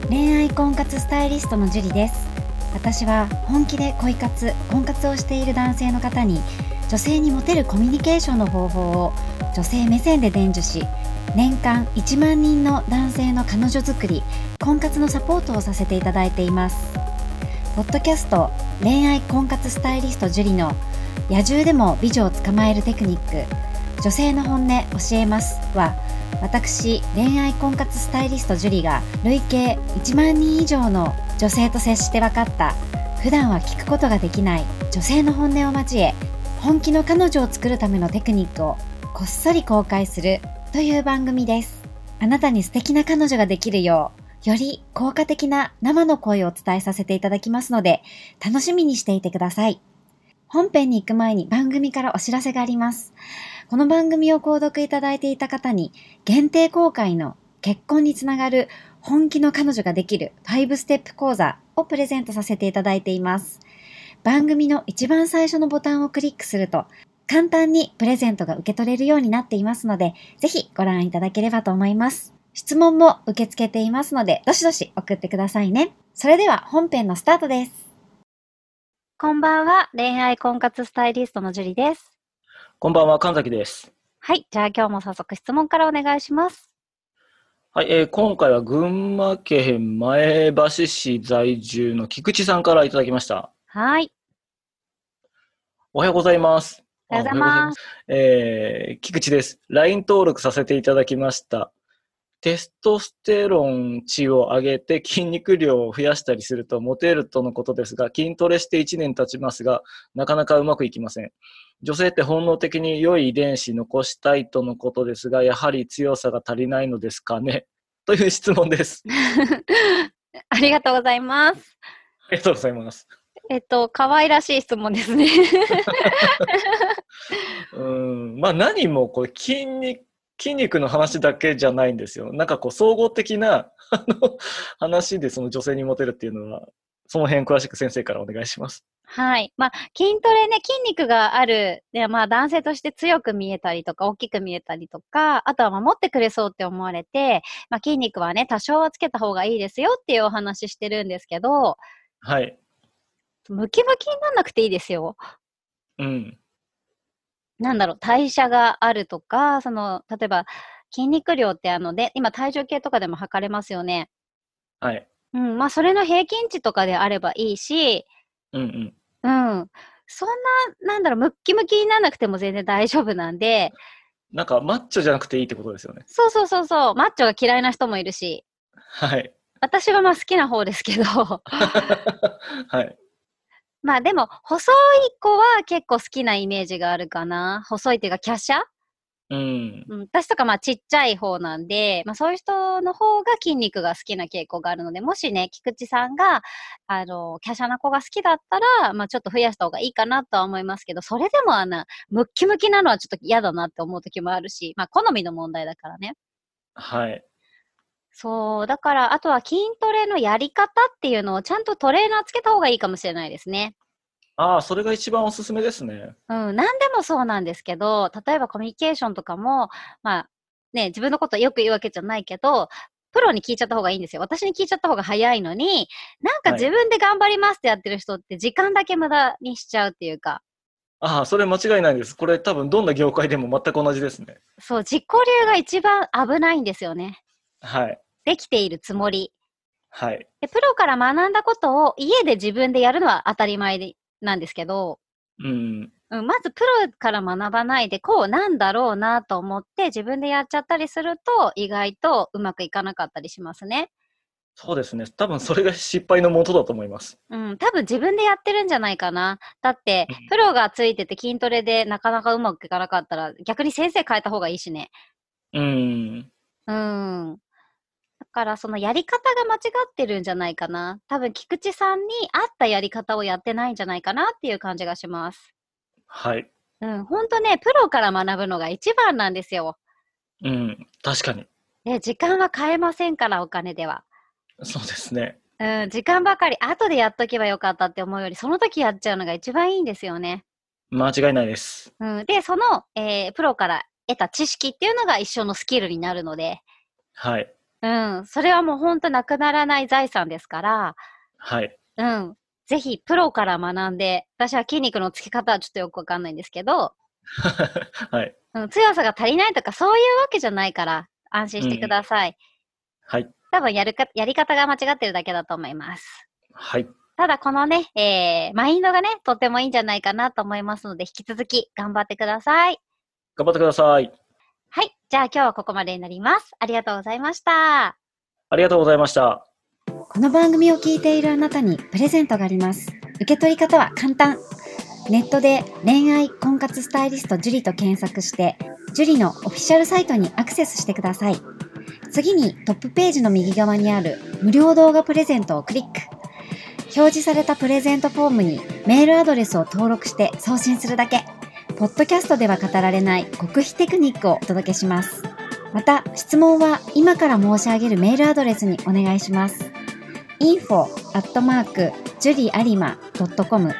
恋愛婚活スタイリストのジュリです。私は本気で婚活をしている男性の方に女性にモテるコミュニケーションの方法を女性目線で伝授し、年間1万人の男性の彼女作り、婚活のサポートをさせていただいています。ポッドキャスト恋愛婚活スタイリストジュリの野獣でも美女を捕まえるテクニック、女性の本音教えますは、私恋愛婚活スタイリストジュリが累計1万人以上の女性と接して分かった普段は聞くことができない女性の本音を交え、本気の彼女を作るためのテクニックをこっそり公開するという番組です。あなたに素敵な彼女ができるよう、より効果的な生の声をお伝えさせていただきますので、楽しみにしていてください。本編に行く前に番組からお知らせがあります。この番組を購読いただいていた方に限定公開の結婚につながる本気の彼女ができる5ステップ講座をプレゼントさせていただいています。番組の一番最初のボタンをクリックすると簡単にプレゼントが受け取れるようになっていますので、ぜひご覧いただければと思います。質問も受け付けていますので、どしどし送ってくださいね。それでは本編のスタートです。こんばんは、恋愛婚活スタイリストのジュリです。 こんばんは、神崎です。 はい、じゃあ今日も早速質問からお願いします。 はい、今回は群馬県前橋市在住の菊池さんからいただきました。 はい。 おはようございます。 おはようございます。 菊池です。LINE 登録させていただきました。テストステロン値を上げて筋肉量を増やしたりするとモテるとのことですが、筋トレして1年経ちますが、なかなかうまくいきません。女性って本能的に良い遺伝子残したいとのことですが、やはり強さが足りないのですかねという質問です。 ありがとうございます。 ありがとうございます。 可愛らしい質問ですね。 まあ何もこれ筋肉の話だけじゃないんですよ。なんかこう総合的な話でその女性にモテるっていうのは、その辺詳しく先生からお願いします。 はい。まあ、筋トレね、筋肉がある。で、まあ、男性として強く見えたりとか、大きく見えたりとか、あとは守ってくれそうって思われて、まあ、筋肉はね、多少はつけた方がいいですよっていうお話してるんですけど、 はい。 ムキムキになんなくていいですよ。 うん。 代謝があるとか、例えば、筋肉量ってで、今体重計とかでも測れますよね。 はい。 うん、まあ、それの平均値とかであればいいし、 うんうん。 うん。そんムッキムキにならなくても全然大丈夫なんで。 なんかマッチョじゃなくていいってことですよね。 そうそうそうそう。マッチョが嫌いな人もいるし。 はい。 私はまあ好きな方ですけど。 はい。 まあでも、細い子は結構好きなイメージがあるかな。細いっていうか、華奢。 うん。 私とかまあちっちゃい方なんで、まあそういう人の方が筋肉が好きな傾向があるので、もしね、菊池さんが、華奢な子が好きだったら、まあちょっと増やした方がいいかなとは思いますけど、それでもムッキムキなのはちょっと嫌だなって思う時もあるし、まあ好みの問題だからね。 はい。 そう、だからあとは筋トレのやり方っていうのをちゃんとトレーナーつけた方がいいかもしれないですね。 ああ、それが一番おすすめですね。 何でもそうなんですけど、例えばコミュニケーションとかも、まあ、ね、自分のことよく言うわけじゃないけど、プロに聞いちゃった方がいいんですよ。私に聞いちゃった方が早いのに、なんかはい。 自分で頑張りますってやってる人って時間だけ無駄にしちゃうっていうか、 ああ、それ間違いないです。これ多分どんな業界でも全く同じですね。 そう、自己流が一番危ないんですよね。 はい。 できているつもり。 はい。 で、プロから学んだことを家で自分でやるのは当たり前なんですけど、 うん。 まずプロから学ばないで、こうなんだろうなと思って自分でやっちゃったりすると、意外とうまくいかなかったりしますね。 そうですね。多分それが失敗のもとだと思います。 多分自分でやってるんじゃないかな。だって、プロがついてて筋トレでなかなかうまくいかなかったら、逆に先生変えた方がいいしね。 うん。 うん。だからそのやり方が間違ってるんじゃないかな。多分菊池さんに合ったやり方をやってないんじゃないかなっていう感じがします。 はい。 ほんとね、プロから学ぶのが一番なんですよ。 うん。確かに。 時間は買えませんから、お金では。 そうですね。 時間ばかり後でやっとけばよかったって思うより、その時やっちゃうのが一番いいんですよね。 間違いないです。 で、プロから得た知識っていうのが一生のスキルになるので、 はい。 それはもうほんとなくならない財産ですから、 はい。 ぜひプロから学んで、私は筋肉のつき方はちょっとよくわかんないんですけど、 はい。 強さが足りないとかそういうわけじゃないから安心してください。 はい。 多分やり方が間違ってるだけだと思います。 はい。 ただこのね、マインドがね、とってもいいんじゃないかなと思いますので、引き続き頑張ってください。 頑張ってください。 はい。じゃあ今日はここまでになります。ありがとうございました。 ありがとうございました。 この番組を聞いているあなたにプレゼントがあります。受け取り方は簡単。ネットで恋愛婚活スタイリスト樹と検索して、樹のオフィシャルサイトにアクセスしてください。次にトップページの右側にある無料動画プレゼントをクリック。表示されたプレゼントフォームにメールアドレスを登録して送信するだけ。ポッドキャストでは語られない極秘テクニックをお届けします。また、質問は今から申し上げるメールアドレスにお願いします。info@juriarima.com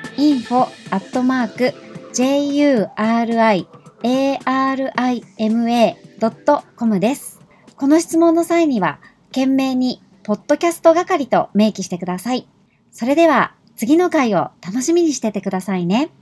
info@juriarima.com です。この質問の際には、懸命にポッドキャスト係と明記してください。それでは、次の回を楽しみにしててくださいね。